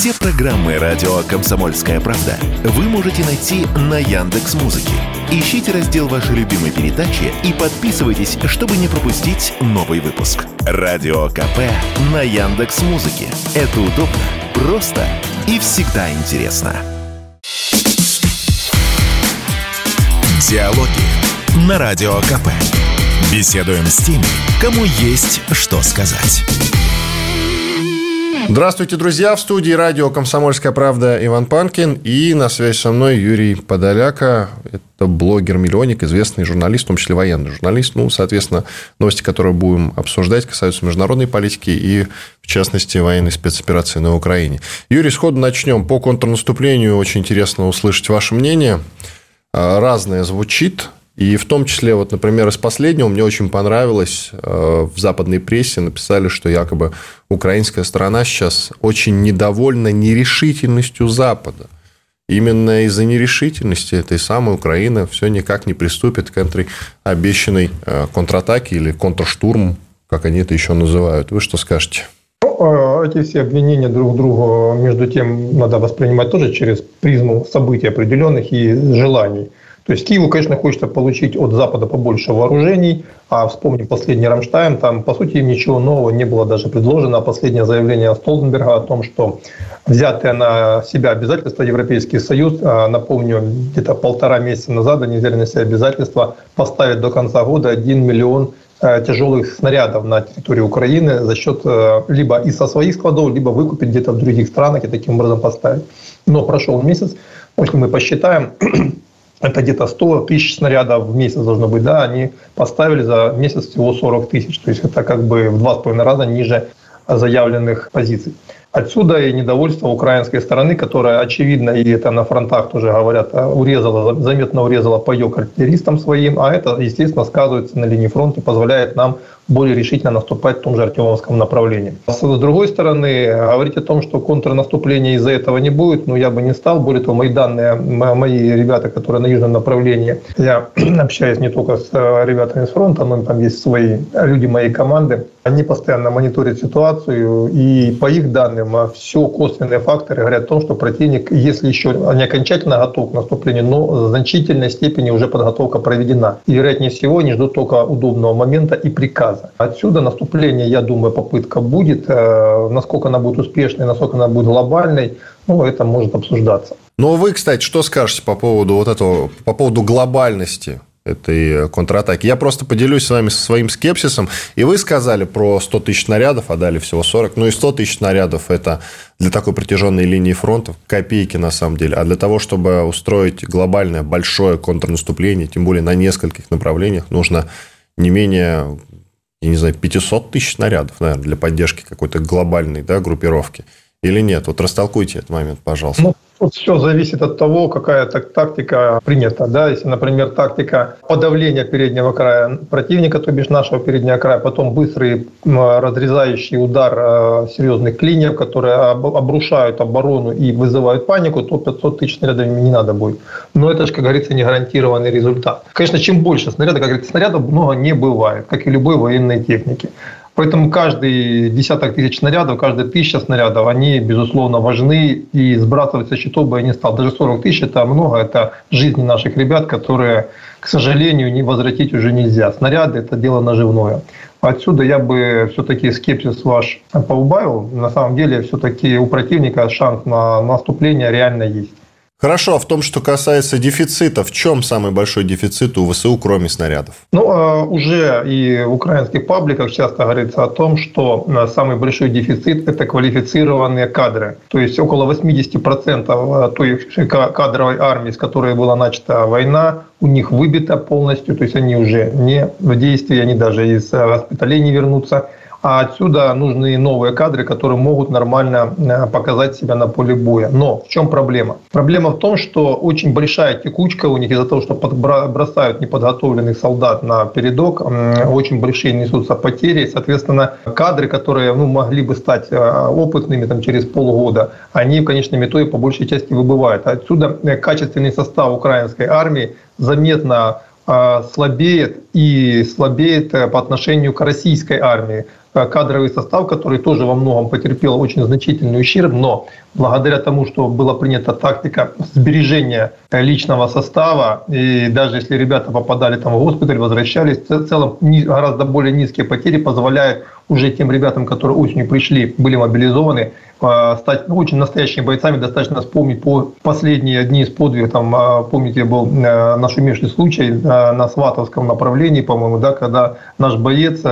Все программы радио «Комсомольская правда» вы можете найти на Яндекс.Музыке. Ищите раздел вашей любимой передачи и подписывайтесь, чтобы не пропустить новый выпуск. Радио КП на Яндекс.Музыке. Это удобно, просто и всегда интересно. Диалоги на Радио КП. Беседуем с теми, кому есть что сказать. Здравствуйте, друзья! В студии радио «Комсомольская правда» Иван Панкин. И на связи со мной Юрий Подоляка. Это блогер-миллионник, известный журналист, в том числе военный журналист. Ну, соответственно, новости, которые будем обсуждать, касаются международной политики и, в частности, военной спецоперации на Украине. Юрий, сходу начнем. По контрнаступлению очень интересно услышать ваше мнение. Разное звучит. И в том числе, вот, например, из последнего мне очень понравилось, в западной прессе написали, что якобы украинская сторона сейчас очень недовольна нерешительностью Запада. Именно из-за нерешительности этой самой Украины все никак не приступит к этой обещанной контратаке или контрштурму, как они это еще называют. Вы что скажете? Эти все обвинения друг другу, между тем, надо воспринимать тоже через призму событий определенных и желаний. То есть Киеву, конечно, хочется получить от Запада побольше вооружений, а вспомним последний Рамштайн, там, по сути, им ничего нового не было даже предложено. Последнее заявление Столтенберга о том, что взятые на себя обязательства Европейский Союз, напомню, где-то 1,5 месяца назад они взяли на себя обязательства поставить до конца года 1 миллион тяжелых снарядов на территории Украины за счет либо из со своих складов, либо выкупить где-то в других странах и таким образом поставить. Но прошел месяц, если мы посчитаем, это где-то 100 тысяч снарядов в месяц должно быть, да, они поставили за месяц всего 40 тысяч, то есть это как бы в 2,5 раза ниже заявленных позиций. Отсюда и недовольство украинской стороны, которая, очевидно, и это на фронтах тоже говорят, заметно урезала паёк артиллеристам своим, а это, естественно, сказывается на линии фронта и позволяет нам более решительно наступать в том же Артемовском направлении. С другой стороны, говорить о том, что контрнаступления из-за этого не будет, я бы не стал. Более того, мои ребята, которые на южном направлении, я общаюсь не только с ребятами с фронта, но там есть свои люди моей команды, они постоянно мониторят ситуацию, и по их данным все косвенные факторы говорят о том, что противник, если еще не окончательно готов к наступлению, но в значительной степени уже подготовка проведена. И, вероятнее всего, они ждут только удобного момента и приказа. Отсюда наступление, я думаю, попытка будет. Насколько она будет успешной, насколько она будет глобальной, это может обсуждаться. Но вы, кстати, что скажете по поводу по поводу глобальности этой контратаки? Я просто поделюсь с вами своим скепсисом. И вы сказали про 100 тысяч снарядов, а дали всего 40. И 100 тысяч снарядов – это для такой протяженной линии фронта копейки на самом деле. А для того, чтобы устроить глобальное большое контрнаступление, тем более на нескольких направлениях, нужно не менее, 500 тысяч снарядов, наверное, для поддержки какой-то глобальной группировки. Или нет? Вот растолкуйте этот момент, пожалуйста. Тут все зависит от того, какая тактика принята. Да? Если, например, тактика подавления переднего края противника, то бишь нашего переднего края, потом быстрый разрезающий удар серьезных клиньев, которые обрушают оборону и вызывают панику, то 500 тысяч снарядов не надо будет. Но это же, как говорится, не гарантированный результат. Конечно, чем больше снарядов, как говорится, снарядов много не бывает, как и любой военной техники. Поэтому каждый десяток тысяч снарядов, каждая 1000 снарядов, они, безусловно, важны, и сбрасывать со счетов бы я не стал. Даже 40 тысяч – это много, это жизни наших ребят, которые, к сожалению, не возвратить уже нельзя. Снаряды – это дело наживное. Отсюда я бы все-таки скепсис ваш поубавил. На самом деле, все-таки у противника шанс на наступление реально есть. Хорошо, а в том, что касается дефицита, в чем самый большой дефицит у ВСУ, кроме снарядов? Уже и в украинских пабликах часто говорится о том, что самый большой дефицит – это квалифицированные кадры. То есть около 80% той кадровой армии, с которой была начата война, у них выбито полностью, то есть они уже не в действии, они даже из госпиталей не вернутся. А отсюда нужны новые кадры, которые могут нормально показать себя на поле боя. Но в чем проблема? Проблема в том, что очень большая текучка у них из-за того, что бросают неподготовленных солдат на передок, очень большие несутся потери. Соответственно, кадры, которые могли бы стать опытными через полгода, они в конечном итоге по большей части выбывают. Отсюда качественный состав украинской армии заметно слабеет и слабеет по отношению к российской армии. Кадровый состав, который тоже во многом потерпел очень значительный ущерб, но благодаря тому, что была принята тактика сбережения личного состава, и даже если ребята попадали там в госпиталь, возвращались, в целом гораздо более низкие потери позволяют уже тем ребятам, которые осенью пришли, были мобилизованы, стать очень настоящими бойцами. Достаточно вспомнить по последние дни из подвига. Там, помните, был нашумевший случай на Сватовском направлении, по-моему, да, когда наш боец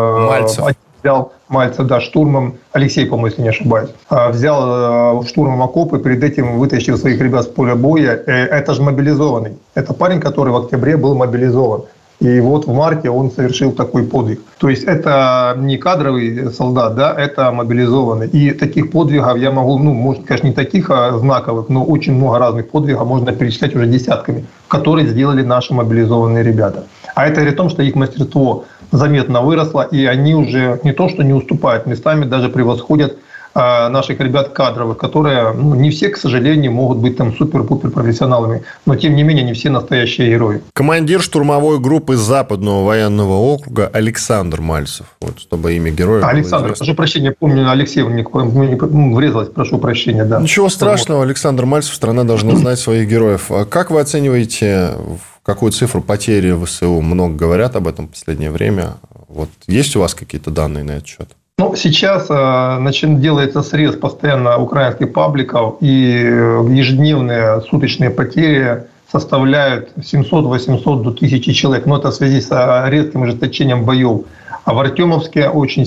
взял Мальцев, да, штурмом, Алексей, по-моему, если не ошибаюсь, взял штурмом окопы, перед этим вытащил своих ребят с поля боя. Это же мобилизованный. Это парень, который в октябре был мобилизован. И вот в марте он совершил такой подвиг. То есть это не кадровый солдат, да, это мобилизованный. И таких подвигов я могу, может, конечно, не таких знаковых, но очень много разных подвигов можно перечислять уже десятками, которые сделали наши мобилизованные ребята. А это говорит о том, что их мастерство заметно выросло, и они уже не то что не уступают, местами даже превосходят наших ребят кадровых, которые не все, к сожалению, могут быть там супер-пупер профессионалами, но тем не менее не все настоящие герои. Командир штурмовой группы Западного военного округа Александр Мальцев. Вот, чтобы имя героя. Александр, прошу прощения, помню, Алексей врезалось, прошу прощения. Да. Ничего страшного, Александр Мальцев, страна должна знать своих героев. Как вы оцениваете, какую цифру потери в ВСУ? Много говорят об этом в последнее время. Вот есть у вас какие-то данные на этот счет? Сейчас делается срез постоянно украинских пабликов, и ежедневные суточные потери составляют 700-800 до 1000 человек. Но это в связи с резким ужесточением боев. А в Артемовске очень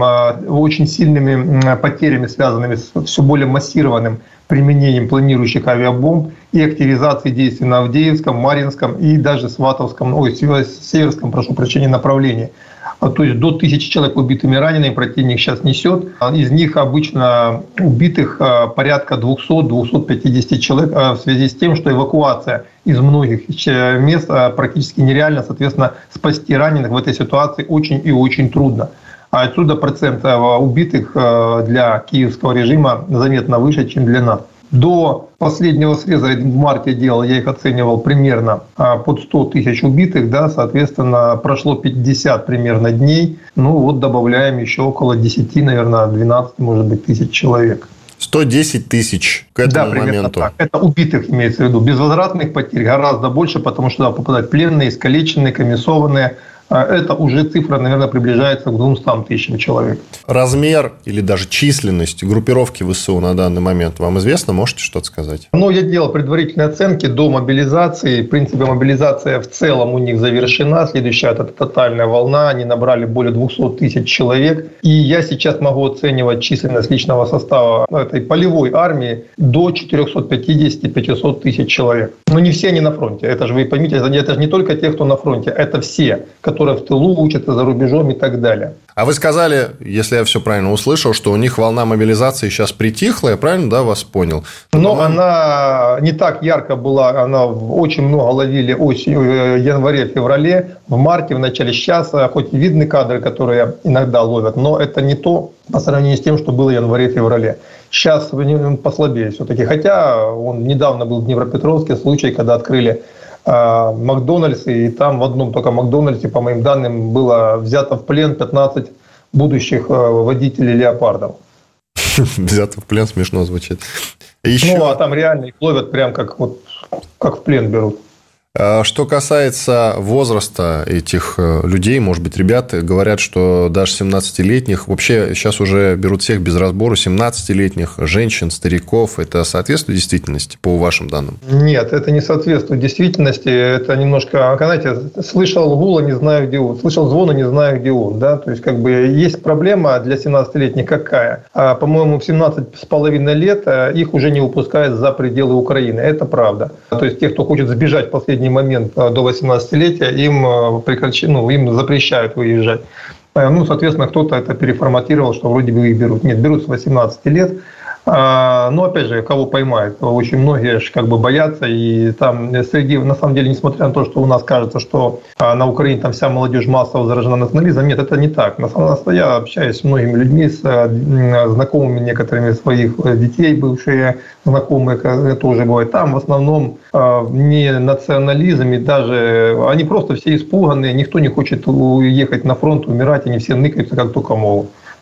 сильными потерями, связанными с все более массированным применением планирующих авиабомб и активизацией действий на Авдеевском, Марьинском и даже Северском, направлении. То есть до 1000 человек убитыми и ранеными противник сейчас несет. Из них обычно убитых порядка 200-250 человек в связи с тем, что эвакуация из многих мест практически нереальна. Соответственно, спасти раненых в этой ситуации очень и очень трудно. А отсюда процент убитых для киевского режима заметно выше, чем для нас. До последнего среза в марте я их оценивал примерно под 100 тысяч убитых, да, соответственно, прошло 50 примерно дней, добавляем еще около 10, наверное, 12, может быть, тысяч человек. 110 тысяч к этому моменту. Так. Это убитых имеется в виду. Безвозвратных потерь гораздо больше, потому что туда попадают пленные, искалеченные, комиссованные. Это уже цифра, наверное, приближается к 200 тысячам человек. Размер или даже численность группировки ВСУ на данный момент вам известно? Можете что-то сказать? Я делал предварительные оценки до мобилизации. В принципе, мобилизация в целом у них завершена. Следующая – это тотальная волна. Они набрали более 200 тысяч человек. И я сейчас могу оценивать численность личного состава этой полевой армии до 450-500 тысяч человек. Но не все они на фронте. Это же, вы поймите, это же не только те, кто на фронте. Это все, которые в тылу учатся за рубежом и так далее. А вы сказали, если я все правильно услышал, что у них волна мобилизации сейчас притихла, я правильно, вас понял? Но она не так ярко была, она очень много ловили осенью, в январе-феврале, в марте, в начале. Сейчас хоть видны кадры, которые иногда ловят, но это не то по сравнению с тем, что было в январе-феврале. Сейчас послабее все-таки. Хотя недавно был в Днепропетровске случай, когда открыли Макдональдс, и там в одном только Макдональдсе, по моим данным, было взято в плен 15 будущих водителей леопардов. Взято в плен, смешно звучит. А там реально их ловят прям как в плен берут. Что касается возраста этих людей, может быть, ребята говорят, что даже 17-летних, вообще сейчас уже берут всех без разбору, 17-летних женщин, стариков, это соответствует действительности, по вашим данным? Нет, это не соответствует действительности, это немножко, знаете, слышал гула, не знаю, где он, слышал звона, не знаю, где он, да, то есть, есть проблема для 17-летних какая? По-моему, в 17,5 лет их уже не выпускают за пределы Украины, это правда. То есть, те, кто хочет сбежать в последний момент до 18-летия, им запрещают выезжать. Соответственно, кто-то это переформатировал, что вроде бы их берут. Нет, берут с 18 лет. Но, опять же, кого поймают. Очень многие боятся. И там среди, на самом деле, несмотря на то, что у нас кажется, что на Украине там вся молодежь массово заражена национализмом, нет, это не так. На самом деле, я общаюсь с многими людьми, с знакомыми некоторыми своих детей, бывшие знакомые, тоже бывает. Там в основном не национализм, и даже они просто все испуганные, никто не хочет уехать на фронт, умирать, они все ныкаются как только могут.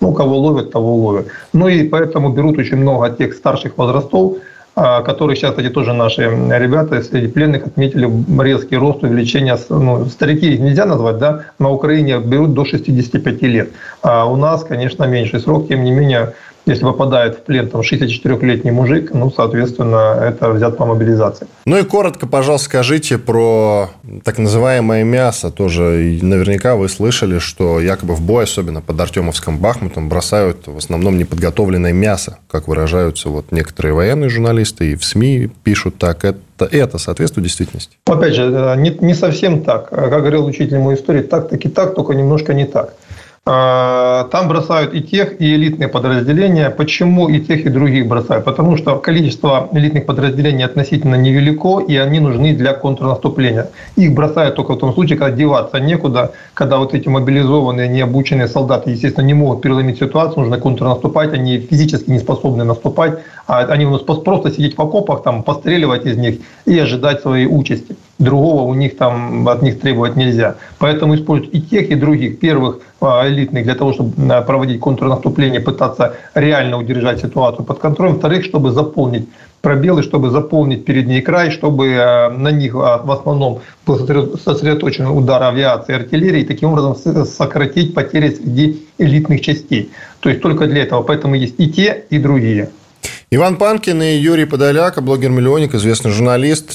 Ну, кого ловят, того ловят. Ну и поэтому берут очень много тех старших возрастов, которые сейчас, кстати, тоже наши ребята среди пленных отметили резкий рост, увеличение. Ну, старики их нельзя назвать, да, на Украине берут до 65 лет. А у нас, конечно, меньший срок, тем не менее, если попадает в плен там 64-летний мужик, ну, соответственно, это взят по мобилизации. Ну и коротко, пожалуйста, скажите про так называемое мясо. Тоже и наверняка вы слышали, что якобы в бой, особенно под Артемовском, Бахмутом, бросают в основном неподготовленное мясо, как выражаются вот некоторые военные журналисты, и в СМИ пишут так. Это соответствует действительности? Опять же, не совсем так. Как говорил учитель моей истории, так-таки так, только немножко не так. Там бросают и тех, и элитные подразделения. Почему и тех, и других бросают? Потому что количество элитных подразделений относительно невелико, и они нужны для контрнаступления. Их бросают только в том случае, когда деваться некуда, когда вот эти мобилизованные, необученные солдаты, естественно, не могут переломить ситуацию, нужно контрнаступать, они физически не способны наступать, а они просто сидеть в окопах, там, постреливать из них и ожидать своей участи. Другого у них там, от них требовать нельзя. Поэтому используют и тех, и других. Первых элитных для того, чтобы проводить контрнаступление, пытаться реально удержать ситуацию под контролем. Вторых, чтобы заполнить пробелы, чтобы заполнить передний край, чтобы на них в основном был сосредоточен удар авиации и артиллерии, и таким образом сократить потери среди элитных частей. То есть только для этого. Поэтому есть и те, и другие. Иван Панкин и Юрий Подоляк, блогер-миллионник, известный журналист.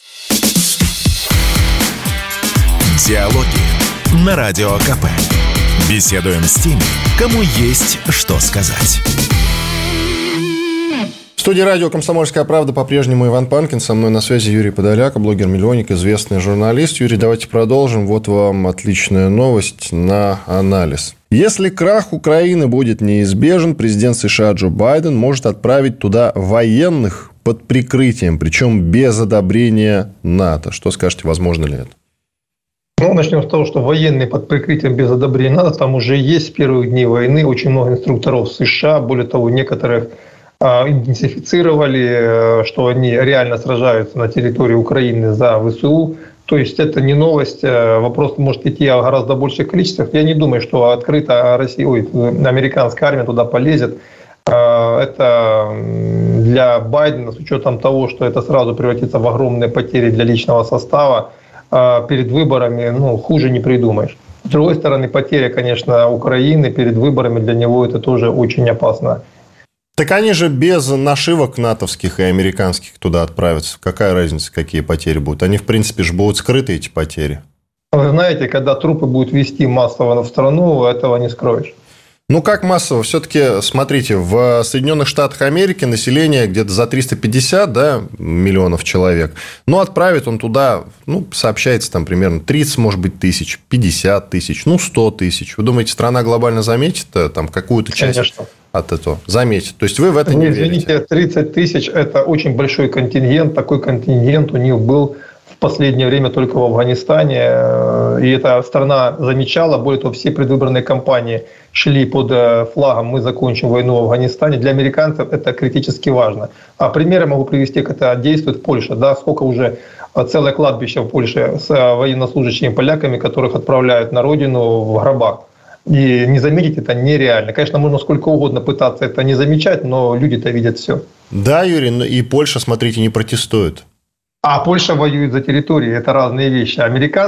Диалоги на Радио КП. Беседуем с теми, кому есть что сказать. В студии радио «Комсомольская правда» по-прежнему Иван Панкин. Со мной на связи Юрий Подоляк, блогер-миллионник, известный журналист. Юрий, давайте продолжим. Вот вам отличная новость на анализ. Если крах Украины будет неизбежен, президент США Джо Байден может отправить туда военных под прикрытием, причем без одобрения НАТО. Что скажете, возможно ли это? Ну, начнем с того, что военные под прикрытием без одобрения НАТО, там уже есть с первых дней войны очень много инструкторов США, более того, некоторых идентифицировали, что они реально сражаются на территории Украины за ВСУ. То есть это не новость, вопрос может идти о гораздо больших количествах. Я не думаю, что открыто американская армия туда полезет. Это для Байдена, с учетом того, что это сразу превратится в огромные потери для личного состава, перед выборами, хуже не придумаешь. С другой стороны, потеря, конечно, Украины перед выборами для него это тоже очень опасно. Так они же без нашивок натовских и американских туда отправятся. Какая разница, какие потери будут? Они, в принципе, же будут скрыты, эти потери. Вы знаете, когда трупы будут везти массово в страну, этого не скроешь. Ну, как массово? Все-таки, смотрите, в Соединенных Штатах Америки население где-то за 350 миллионов человек. Но отправит он туда, сообщается, там примерно 30, может быть, тысяч, 50 тысяч, 100 тысяч. Вы думаете, страна глобально заметит там какую-то часть? Конечно. От этого? Заметит. То есть, вы в это не верите? Извините, 30 тысяч – это очень большой контингент. Такой контингент у них был в последнее время только в Афганистане. И эта страна замечала. Более того, все предвыборные кампании шли под флагом «Мы закончим войну в Афганистане». Для американцев это критически важно. А примеры могу привести, как это действует Польша. Да, сколько уже целое кладбище в Польше с военнослужащими поляками, которых отправляют на родину в гробах. И не заметить это нереально. Конечно, можно сколько угодно пытаться это не замечать, но люди-то видят все. Да, Юрий, и Польша, смотрите, не протестует. А Польша воюет за территории, это разные вещи.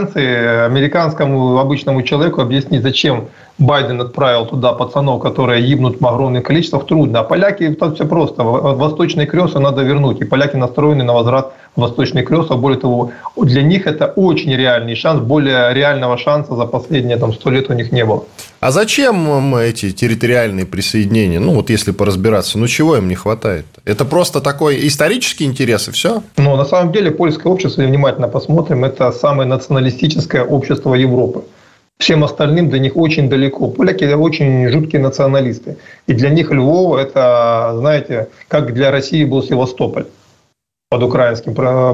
Американскому обычному человеку объяснить, зачем Байден отправил туда пацанов, которые гибнут в огромных количествах, трудно. А поляки, там все просто. Восточный Крёсов надо вернуть. И поляки настроены на возврат Восточный Крёсов. Более того, для них это очень реальный шанс. Более реального шанса за последние 100 лет у них не было. А зачем эти территориальные присоединения? Если поразбираться, чего им не хватает? Это просто такой исторический интерес, и все? Но на самом деле польское общество, если внимательно посмотрим, это самое националистическое общество Европы. Всем остальным до них очень далеко. Поляки – очень жуткие националисты. И для них Львов – это, знаете, как для России был Севастополь под украинским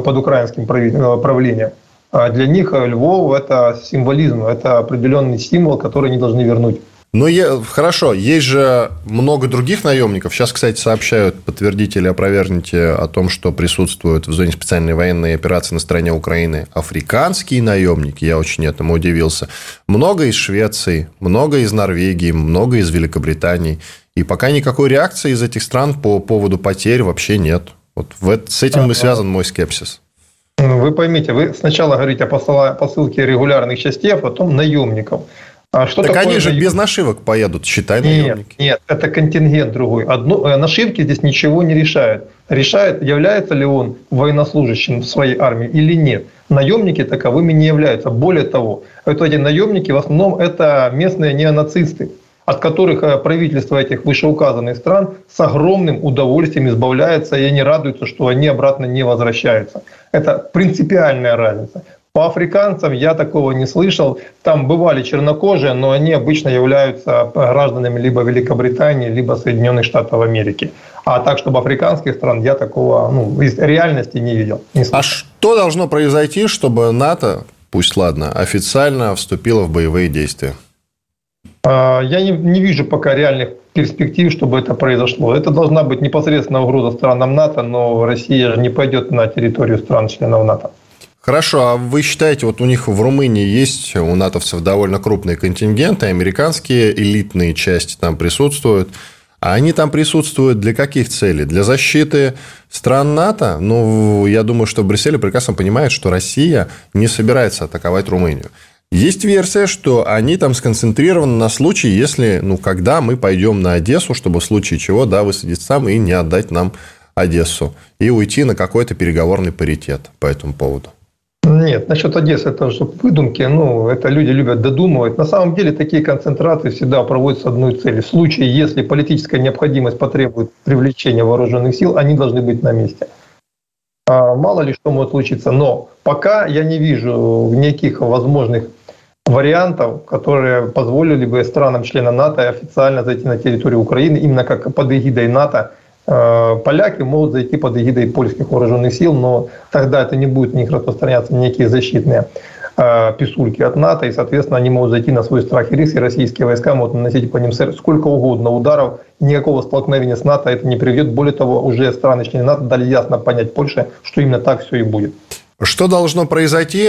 правлением. А для них Львов – это символизм, это определенный символ, который они должны вернуть. Ну, хорошо, есть же много других наемников. Сейчас, кстати, сообщают, подтвердите или опровергните о том, что присутствуют в зоне специальной военной операции на стороне Украины африканские наемники. Я очень этому удивился. Много из Швеции, много из Норвегии, много из Великобритании. И пока никакой реакции из этих стран по поводу потерь вообще нет. Вот с этим и связан мой скепсис. Вы поймите, вы сначала говорите о посылке регулярных частей, а потом наемников. А что так они же без нашивок поедут, считай, наемники. Нет, это контингент другой. Нашивки здесь ничего не решают. Решает, является ли он военнослужащим в своей армии или нет. Наемники таковыми не являются. Более того, эти наемники в основном это местные неонацисты, от которых правительства этих вышеуказанных стран с огромным удовольствием избавляется, и они радуются, что они обратно не возвращаются. Это принципиальная разница. По африканцам я такого не слышал. Там бывали чернокожие, но они обычно являются гражданами либо Великобритании, либо Соединенных Штатов Америки. А так, чтобы африканских стран, я такого из реальности не видел. А что должно произойти, чтобы НАТО, пусть ладно, официально вступило в боевые действия? Я не вижу пока реальных перспектив, чтобы это произошло. Это должна быть непосредственно угроза странам НАТО, но Россия же не пойдет на территорию стран-членов НАТО. Хорошо, а вы считаете, вот у них в Румынии есть у натовцев довольно крупные контингенты, американские элитные части там присутствуют, а они там присутствуют для каких целей? Для защиты стран НАТО? Ну, я думаю, что в Брюсселе прекрасно понимают, что Россия не собирается атаковать Румынию. Есть версия, что они там сконцентрированы на случае, если, когда мы пойдем на Одессу, чтобы в случае чего, высадиться там и не отдать нам Одессу, и уйти на какой-то переговорный паритет по этому поводу. Нет, насчет Одессы это же выдумки, это люди любят додумывать. На самом деле такие концентрации всегда проводятся с одной целью. В случае, если политическая необходимость потребует привлечения вооруженных сил, они должны быть на месте. Мало ли что может случиться, но пока я не вижу никаких возможных вариантов, которые позволили бы странам-членам НАТО официально зайти на территорию Украины, именно как под эгидой НАТО. Поляки могут зайти под эгидой польских вооруженных сил, но тогда это не будет у них распространяться некие защитные писульки от НАТО, и, соответственно, они могут зайти на свой страх и риск, и российские войска могут наносить по ним сколько угодно ударов, никакого столкновения с НАТО это не приведет. Более того, уже страны-члены НАТО дали ясно понять Польше, что именно так все и будет. Что должно произойти,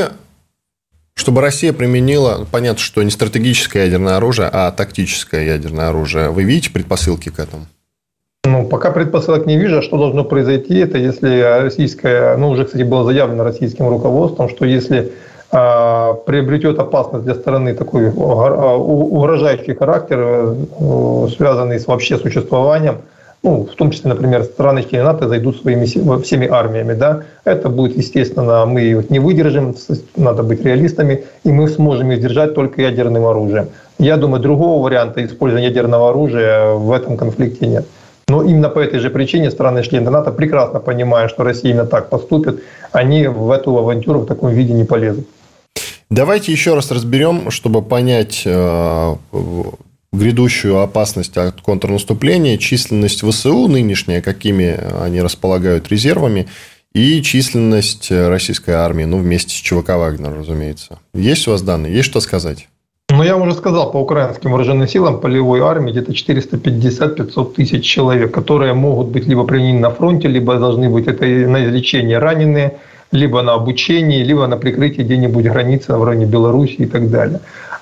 чтобы Россия применила, понятно, что не стратегическое ядерное оружие, а тактическое ядерное оружие? Вы видите предпосылки к этому? Пока предпосылок не вижу. Что должно произойти, это если российская, уже, кстати, было заявлено российским руководством, что если приобретет опасность для страны такой угрожающий характер, связанный с вообще существованием, в том числе, например, страны-члены НАТО зайдут всеми армиями, это будет, естественно, мы не выдержим, надо быть реалистами, и мы сможем их сдержать только ядерным оружием. Я думаю, другого варианта использования ядерного оружия в этом конфликте нет. Но именно по этой же причине страны-члены НАТО, прекрасно понимая, что Россия именно так поступит, они в эту авантюру в таком виде не полезут. Давайте еще раз разберем, чтобы понять грядущую опасность от контрнаступления, численность ВСУ нынешняя, какими они располагают резервами, и численность российской армии, вместе с ЧВК «Вагнер», разумеется. Есть у вас данные? Есть что сказать? Я уже сказал, по украинским вооруженным силам полевой армии где-то 450-500 тысяч человек, которые могут быть либо применены на фронте, либо должны быть это на излечение раненые, либо на обучение, либо на прикрытие где-нибудь границы в районе Беларуси и так далее.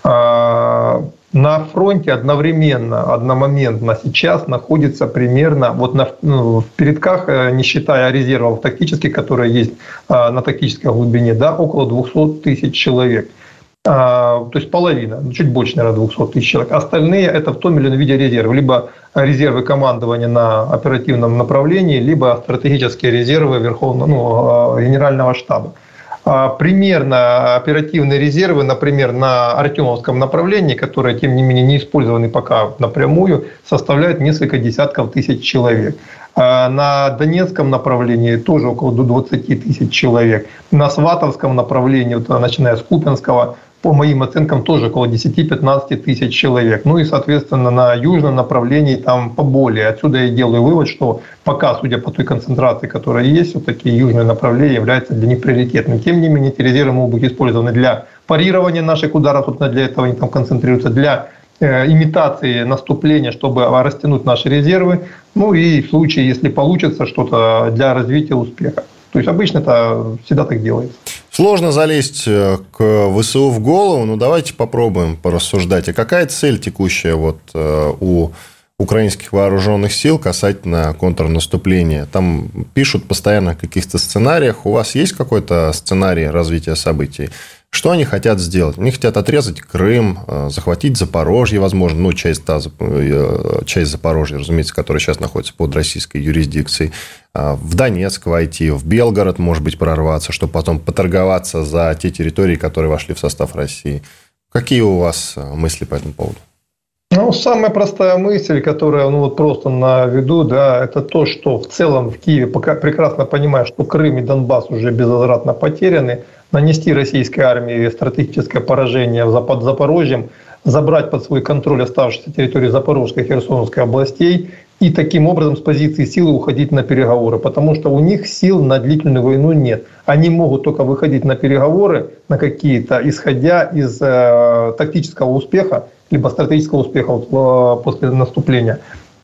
На фронте одномоментно сейчас находится примерно, в передках, не считая резервов тактических, которые есть на тактической глубине, около 200 тысяч человек. То есть половина, чуть больше, наверное, 200 тысяч человек. Остальные это в том или ином виде резервы. Либо резервы командования на оперативном направлении, либо стратегические резервы Генерального штаба. Примерно оперативные резервы, например, на Артемовском направлении, которые, тем не менее, не использованы пока напрямую, составляют несколько десятков тысяч человек. На Донецком направлении тоже около 20 тысяч человек. На Сватовском направлении, начиная с Купянского, по моим оценкам, тоже около 10-15 тысяч человек. И, соответственно, на южном направлении там поболее. Отсюда я делаю вывод, что пока, судя по той концентрации, которая есть, все-таки южное направление является для них приоритетным. Тем не менее, эти резервы могут быть использованы для парирования наших ударов, собственно, для этого они там концентрируются, для имитации наступления, чтобы растянуть наши резервы, ну и в случае, если получится что-то для развития успеха. То есть обычно это всегда так делается. Сложно залезть к ВСУ в голову, но давайте попробуем порассуждать. А какая цель текущая у украинских вооруженных сил касательно контрнаступления? Там пишут постоянно о каких-то сценариях. У вас есть какой-то сценарий развития событий? Что они хотят сделать? Они хотят отрезать Крым, захватить Запорожье, возможно, часть Запорожья, разумеется, которая сейчас находится под российской юрисдикцией, в Донецк войти, в Белгород, может быть, прорваться, чтобы потом поторговаться за те территории, которые вошли в состав России. Какие у вас мысли по этому поводу? Самая простая мысль, которая просто на виду, да, это то, что в целом в Киеве пока прекрасно понимают, что Крым и Донбасс уже безвозвратно потеряны, нанести российской армии стратегическое поражение под Запорожьем, забрать под свой контроль оставшиеся территории Запорожской и Херсонской областей и таким образом с позиции силы уходить на переговоры, потому что у них сил на длительную войну нет. Они могут только выходить на переговоры, на какие-то, исходя из тактического успеха, либо стратегического успеха после наступления,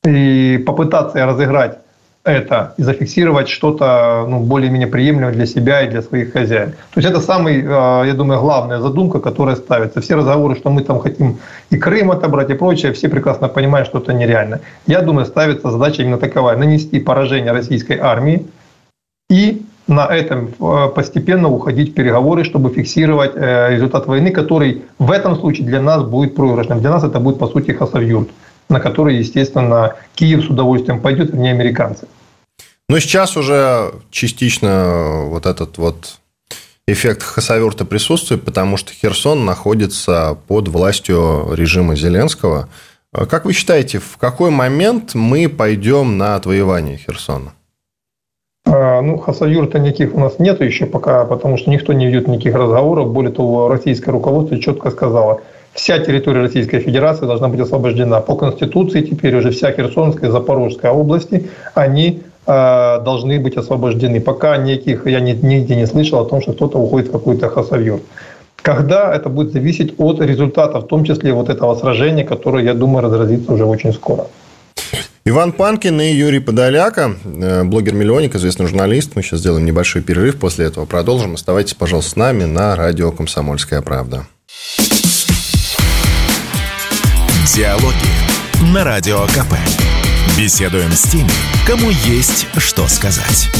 и попытаться разыграть это и зафиксировать что-то более-менее приемлемое для себя и для своих хозяев. То есть это самая, я думаю, главная задумка, которая ставится. Все разговоры, что мы там хотим и Крым отобрать и прочее, все прекрасно понимают, что это нереально. Я думаю, ставится задача именно таковая: нанести поражение российской армии и на этом постепенно уходить в переговоры, чтобы фиксировать результат войны, который в этом случае для нас будет проигрышным. Для нас это будет, по сути, хасавюрт, на который, естественно, Киев с удовольствием пойдет, не американцы. Но сейчас уже частично этот эффект хасавюрта присутствует, потому что Херсон находится под властью режима Зеленского. Как вы считаете, в какой момент мы пойдем на отвоевание Херсона? Хасавюрта никаких у нас нет еще пока, потому что никто не ведет никаких разговоров. Более того, российское руководство четко сказало: вся территория Российской Федерации должна быть освобождена. По Конституции теперь уже вся Херсонская и Запорожская области, они должны быть освобождены. Пока я нигде не слышал о том, что кто-то уходит в какой-то хасавюрт. Когда это будет зависеть от результата, в том числе этого сражения, которое, я думаю, разразится уже очень скоро. Иван Панкин и Юрий Подоляка, блогер-миллионник, известный журналист. Мы сейчас сделаем небольшой перерыв, после этого продолжим. Оставайтесь, пожалуйста, с нами на радио «Комсомольская правда». Диалоги на Радио КП. Беседуем с теми, кому есть что сказать.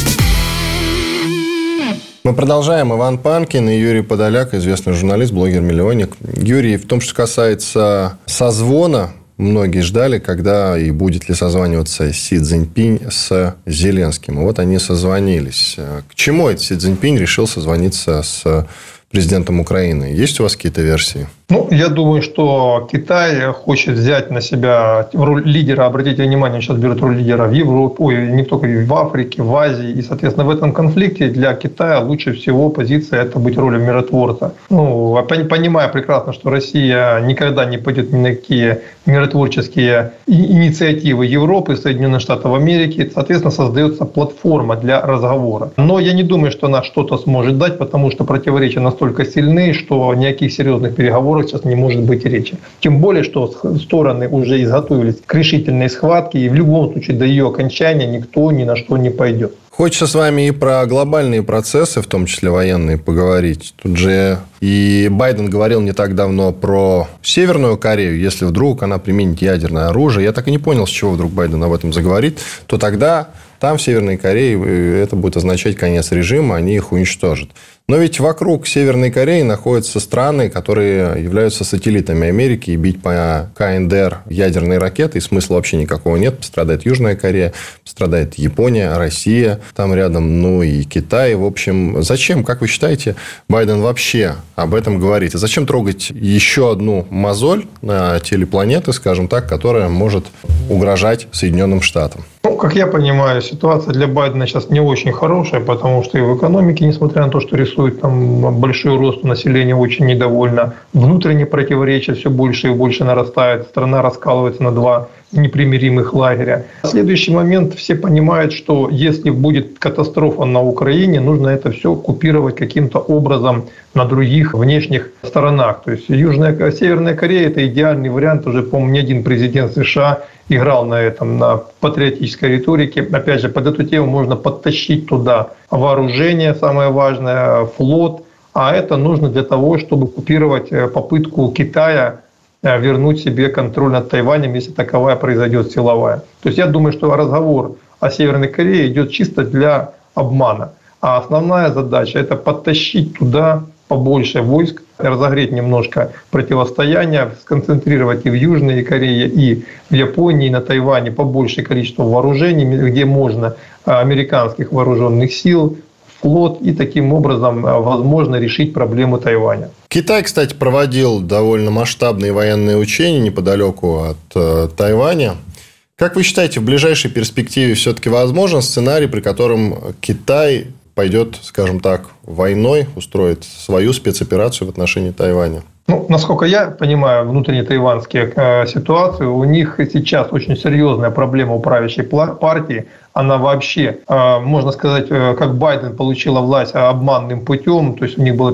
Мы продолжаем. Иван Панкин и Юрий Подоляк, известный журналист, блогер-миллионник. Юрий, в том, что касается созвона, многие ждали, когда и будет ли созваниваться Си Цзиньпинь с Зеленским. И вот они созвонились. К чему этот Си Цзиньпинь решил созвониться с президентом Украины? Есть у вас какие-то версии? Я думаю, что Китай хочет взять на себя роль лидера. Обратите внимание, сейчас берут роль лидера в Европе, не только в Африке, в Азии. И, соответственно, в этом конфликте для Китая лучше всего позиция – это быть ролью миротворца. Понимая прекрасно, что Россия никогда не пойдет ни на какие миротворческие инициативы Европы, Соединенных Штатов Америки, соответственно, создается платформа для разговора. Но я не думаю, что она что-то сможет дать, потому что противоречия настолько сильны, что ни о каких серьезных переговорах сейчас не может быть речи. Тем более, что стороны уже изготовились к решительной схватке, и в любом случае до ее окончания никто ни на что не пойдет. Хочется с вами и про глобальные процессы, в том числе военные, поговорить. Тут же и Байден говорил не так давно про Северную Корею. Если вдруг она применит ядерное оружие, я так и не понял, с чего вдруг Байден об этом заговорит, то тогда там, в Северной Корее, это будет означать конец режима, они их уничтожат. Но ведь вокруг Северной Кореи находятся страны, которые являются сателлитами Америки, и бить по КНДР ядерные ракеты, и смысла вообще никакого нет. Пострадает Южная Корея, пострадает Япония, Россия, там рядом, и Китай. В общем, зачем, как вы считаете, Байден вообще об этом говорит? И зачем трогать еще одну мозоль на теле планеты, скажем так, которая может угрожать Соединенным Штатам? Как я понимаю, ситуация для Байдена сейчас не очень хорошая, потому что и в экономике, несмотря на то, что рисует там большой рост населения, очень недовольна. Внутренние противоречия все больше и больше нарастают. Страна раскалывается на два непримиримых лагеря. Следующий момент. Все понимают, что если будет катастрофа на Украине, нужно это все купировать каким-то образом на других внешних сторонах. То есть Северная Корея – это идеальный вариант. Уже, по-моему, ни один президент США играл на этом, на патриотической риторике. Опять же, под эту тему можно подтащить туда вооружение, самое важное, флот. А это нужно для того, чтобы купировать попытку Китая вернуть себе контроль над Тайванем, если таковая произойдет силовая. То есть я думаю, что разговор о Северной Корее идет чисто для обмана. А основная задача – это подтащить туда побольше войск, разогреть немножко противостояние, сконцентрировать и в Южной Корее, и в Японии, и на Тайване побольшее количество вооружений, где можно, американских вооруженных сил, флот, и таким образом возможно решить проблему Тайваня. Китай, кстати, проводил довольно масштабные военные учения неподалеку от Тайваня. Как вы считаете, в ближайшей перспективе все-таки возможен сценарий, при котором Китай пойдет, скажем так, войной, устроит свою спецоперацию в отношении Тайваня? Насколько я понимаю внутренние тайваньские ситуации, у них сейчас очень серьезная проблема у правящей партии. Она вообще, можно сказать, как Байден получила власть обманным путем, то есть у них было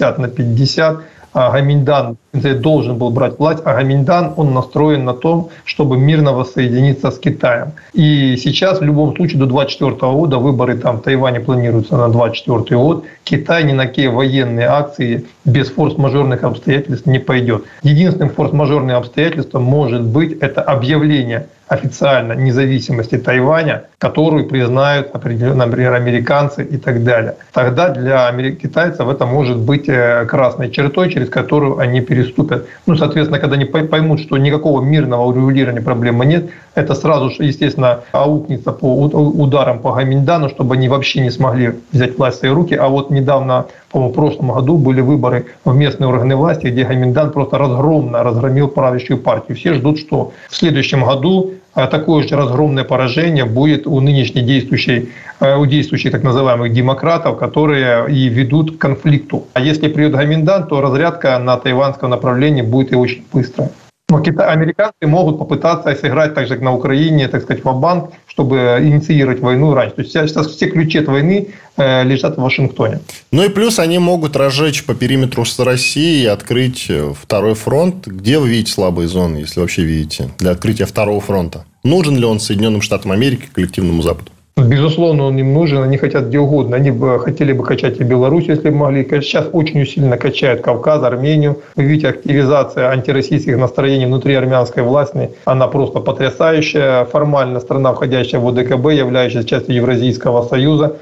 50/50, Гаминьдан должен был брать власть, а Гаминьдан, он настроен на том, чтобы мирно воссоединиться с Китаем. И сейчас, в любом случае, до 2024 года, выборы там в Тайване планируются на 2024 год, Китай ни на какие военные акции без форс-мажорных обстоятельств не пойдет. Единственным форс-мажорным обстоятельством может быть это объявление официально независимости Тайваня, которую признают, например, американцы и так далее. Тогда для китайцев это может быть красной чертой, через которую они переступят. Соответственно, когда они поймут, что никакого мирного урегулирования проблемы нет, это сразу же, естественно, аукнется по ударам по Гаминьдану, чтобы они вообще не смогли взять власть в свои руки. А вот недавно, по-моему, в прошлом году были выборы в местные органы власти, где Гаминьдан просто разгромил правящую партию. Все ждут, что в следующем году такое же разгромное поражение будет у нынешних действующих так называемых демократов, которые и ведут к конфликту. А если придет Гаминьдан, то разрядка на тайванском направлении будет и очень быстрая. Но американцы могут попытаться сыграть так же, как на Украине, так сказать, ва-банк, чтобы инициировать войну раньше. То есть сейчас все ключи от войны лежат в Вашингтоне. И плюс они могут разжечь по периметру с Россией и открыть второй фронт. Где вы видите слабые зоны, если вообще видите, для открытия второго фронта? Нужен ли он Соединенным Штатам Америки, коллективному Западу? Безусловно, он им нужен, они хотят где угодно. Они бы хотели бы качать и Беларусь, если бы могли. Сейчас очень сильно качают Кавказ, Армению. Вы видите, активизация антироссийских настроений внутри армянской власти, она просто потрясающая. Формально страна, входящая в ОДКБ, являющаяся частью Евразийского союза,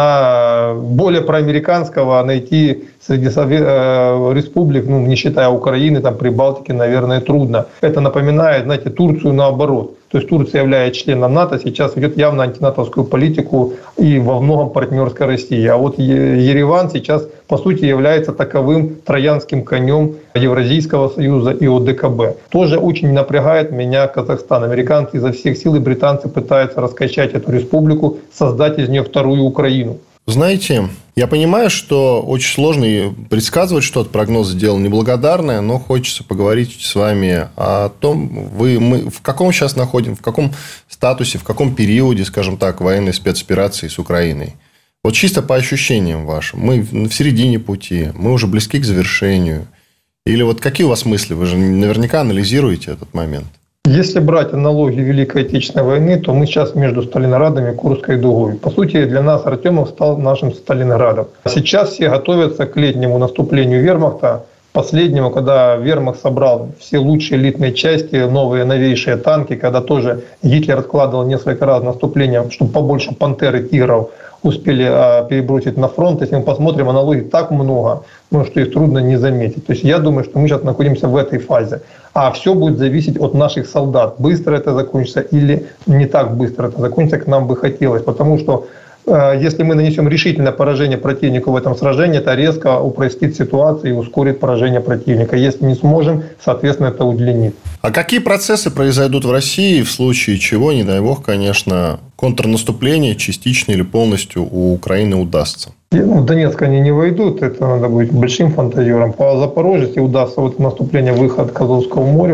она более проамериканского найти среди республик, не считая Украины, там Прибалтики, наверное, трудно. Это напоминает, знаете, Турцию наоборот. То есть Турция, являясь членом НАТО, сейчас ведет явно антинатовскую политику и во многом партнерской России. А вот Ереван сейчас, по сути, является таковым троянским конем Евразийского союза и ОДКБ. Тоже очень напрягает меня Казахстан. Американцы изо всех сил и британцы пытаются раскачать эту республику, создать из нее вторую Украину. Знаете, я понимаю, что очень сложно предсказывать что-то, прогнозы дело неблагодарное, но хочется поговорить с вами о том, мы в каком сейчас находим, в каком статусе, в каком периоде, скажем так, военной спецоперации с Украиной. Вот чисто по ощущениям вашим. Мы в середине пути, мы уже близки к завершению. Или вот какие у вас мысли? Вы же наверняка анализируете этот момент. Если брать аналогию Великой Отечественной войны, то мы сейчас между Сталинградом и Курской дугой. По сути, для нас Артемов стал нашим Сталинградом. Сейчас все готовятся к летнему наступлению вермахта, последнему, когда вермахт собрал все лучшие элитные части, новые новейшие танки, когда тоже Гитлер откладывал несколько раз наступление, чтобы побольше пантер и тигров успели перебросить на фронт. Если мы посмотрим, аналогий так много, что их трудно не заметить. То есть я думаю, что мы сейчас находимся в этой фазе. А все будет зависеть от наших солдат. Быстро это закончится или не так быстро это закончится, как нам бы хотелось. Потому что если мы нанесем решительное поражение противнику в этом сражении, это резко упростит ситуацию и ускорит поражение противника. Если не сможем, соответственно, это удлинит. А какие процессы произойдут в России в случае чего, не дай бог, конечно, контрнаступление частично или полностью у Украины удастся? В Донецк они не войдут, это надо быть большим фантазером. По Запорожью, если удастся наступление, выход к Азовскому морю,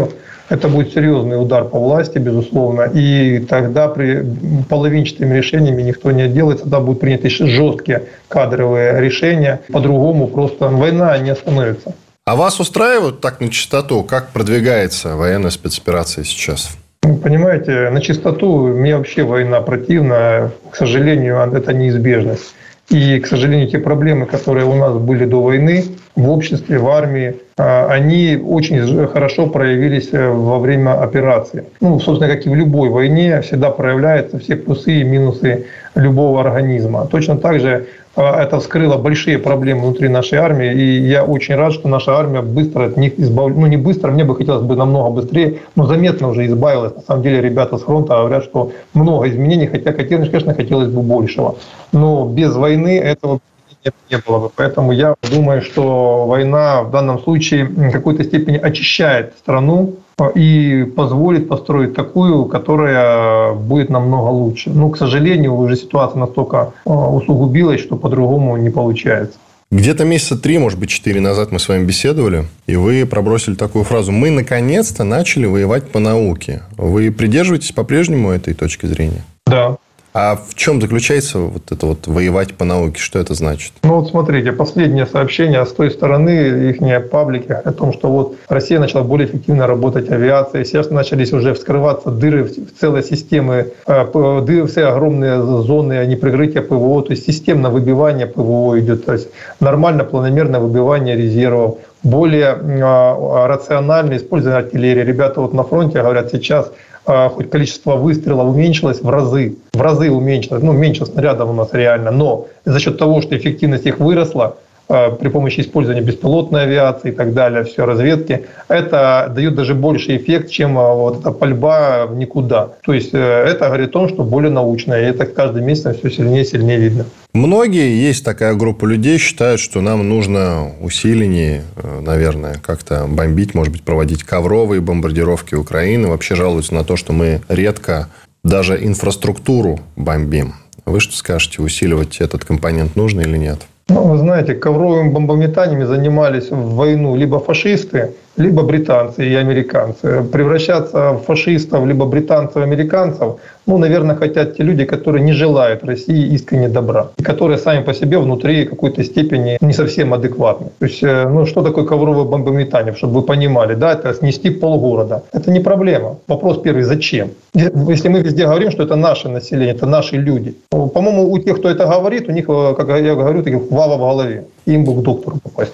это будет серьезный удар по власти, безусловно, и тогда при половинчатыми решениями никто не отделается, тогда будут приняты жесткие кадровые решения, по-другому просто война не остановится. А вас устраивает так на чистоту, как продвигается военная спецоперация сейчас? Понимаете, на чистоту мне вообще война противна, к сожалению, это неизбежность. И, к сожалению, те проблемы, которые у нас были до войны в обществе, в армии, они очень хорошо проявились во время операции. Собственно, как и в любой войне, всегда проявляются все плюсы и минусы любого организма. Точно так же это вскрыло большие проблемы внутри нашей армии, и я очень рад, что наша армия быстро от них избавилась. Не быстро, мне бы хотелось бы намного быстрее, но заметно уже избавилась. На самом деле ребята с фронта говорят, что много изменений, хотя, конечно, хотелось бы большего. Но без войны этого не было бы. Поэтому я думаю, что война в данном случае в какой-то степени очищает страну и позволит построить такую, которая будет намного лучше. К сожалению, уже ситуация настолько усугубилась, что по-другому не получается. Где-то месяца 3, может быть, 4 назад мы с вами беседовали, и вы пробросили такую фразу: «Мы наконец-то начали воевать по науке». Вы придерживаетесь по-прежнему этой точки зрения? Да. А в чем заключается вот это вот воевать по науке? Что это значит? Смотрите, последнее сообщение с той стороны, их паблики, о том, что Россия начала более эффективно работать авиацией. Сейчас начались уже вскрываться дыры в целой системы, все огромные зоны неприкрытия ПВО, то есть системное выбивание ПВО идет, то есть нормально, планомерное выбивание резервов, более рациональное использование артиллерии. Ребята на фронте говорят, сейчас хоть количество выстрелов уменьшилось в разы уменьшилось, меньше снарядов у нас реально, но за счет того, что эффективность их выросла при помощи использования беспилотной авиации и так далее, все разведки, это дает даже больший эффект, чем эта пальба в никуда. То есть это говорит о том, что более научно, и это каждый месяц все сильнее и сильнее видно. Многие, есть такая группа людей, считают, что нам нужно усиленнее, наверное, как-то бомбить, может быть, проводить ковровые бомбардировки Украины. Вообще жалуются на то, что мы редко даже инфраструктуру бомбим. Вы что скажете, усиливать этот компонент нужно или нет? Вы знаете, ковровыми бомбометаниями занимались в войну либо фашисты, либо британцы и американцы. Превращаться в фашистов, либо британцев и американцев, наверное, хотят те люди, которые не желают России искренне добра, и которые сами по себе внутри какой-то степени не совсем адекватны. То есть, что такое ковровое бомбометание, чтобы вы понимали, да, это снести полгорода. Это не проблема. Вопрос первый, зачем? Если мы везде говорим, что это наше население, это наши люди. По-моему, у тех, кто это говорит, у них, как я говорю, таких вава в голове. Им бы к доктору попасть.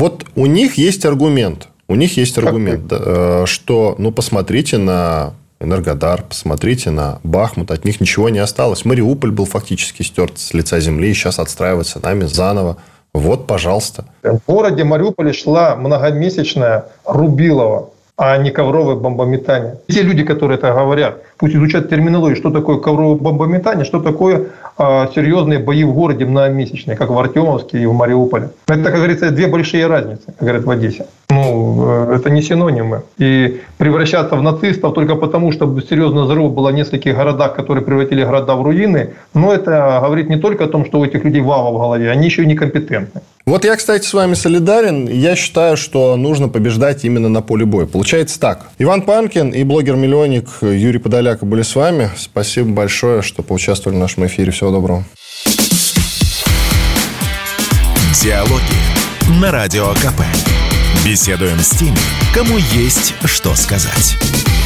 У них есть аргумент. Что, посмотрите на Энергодар, посмотрите на Бахмут, от них ничего не осталось. Мариуполь был фактически стерт с лица земли, и сейчас отстраивается нами заново. Пожалуйста. В городе Мариуполе шла многомесячная Рубилова, а не ковровое бомбометание. Те люди, которые это говорят, пусть изучат терминологию, что такое ковровое бомбометание, что такое серьезные бои в городе многомесячные, как в Артемовске и в Мариуполе. Это, как говорится, две большие разницы, как говорят в Одессе. Это не синонимы. И превращаться в нацистов только потому, что серьезный взрыв было в нескольких городах, которые превратили города в руины, это говорит не только о том, что у этих людей вава в голове, они еще и некомпетентны. Я, кстати, с вами солидарен. Я считаю, что нужно побеждать именно на поле боя. Получается так. Иван Панкин и блогер-миллионник Юрий Подоляка были с вами. Спасибо большое, что поучаствовали в нашем эфире. Всего доброго. Диалоги на Радио КП. Беседуем с теми, кому есть что сказать.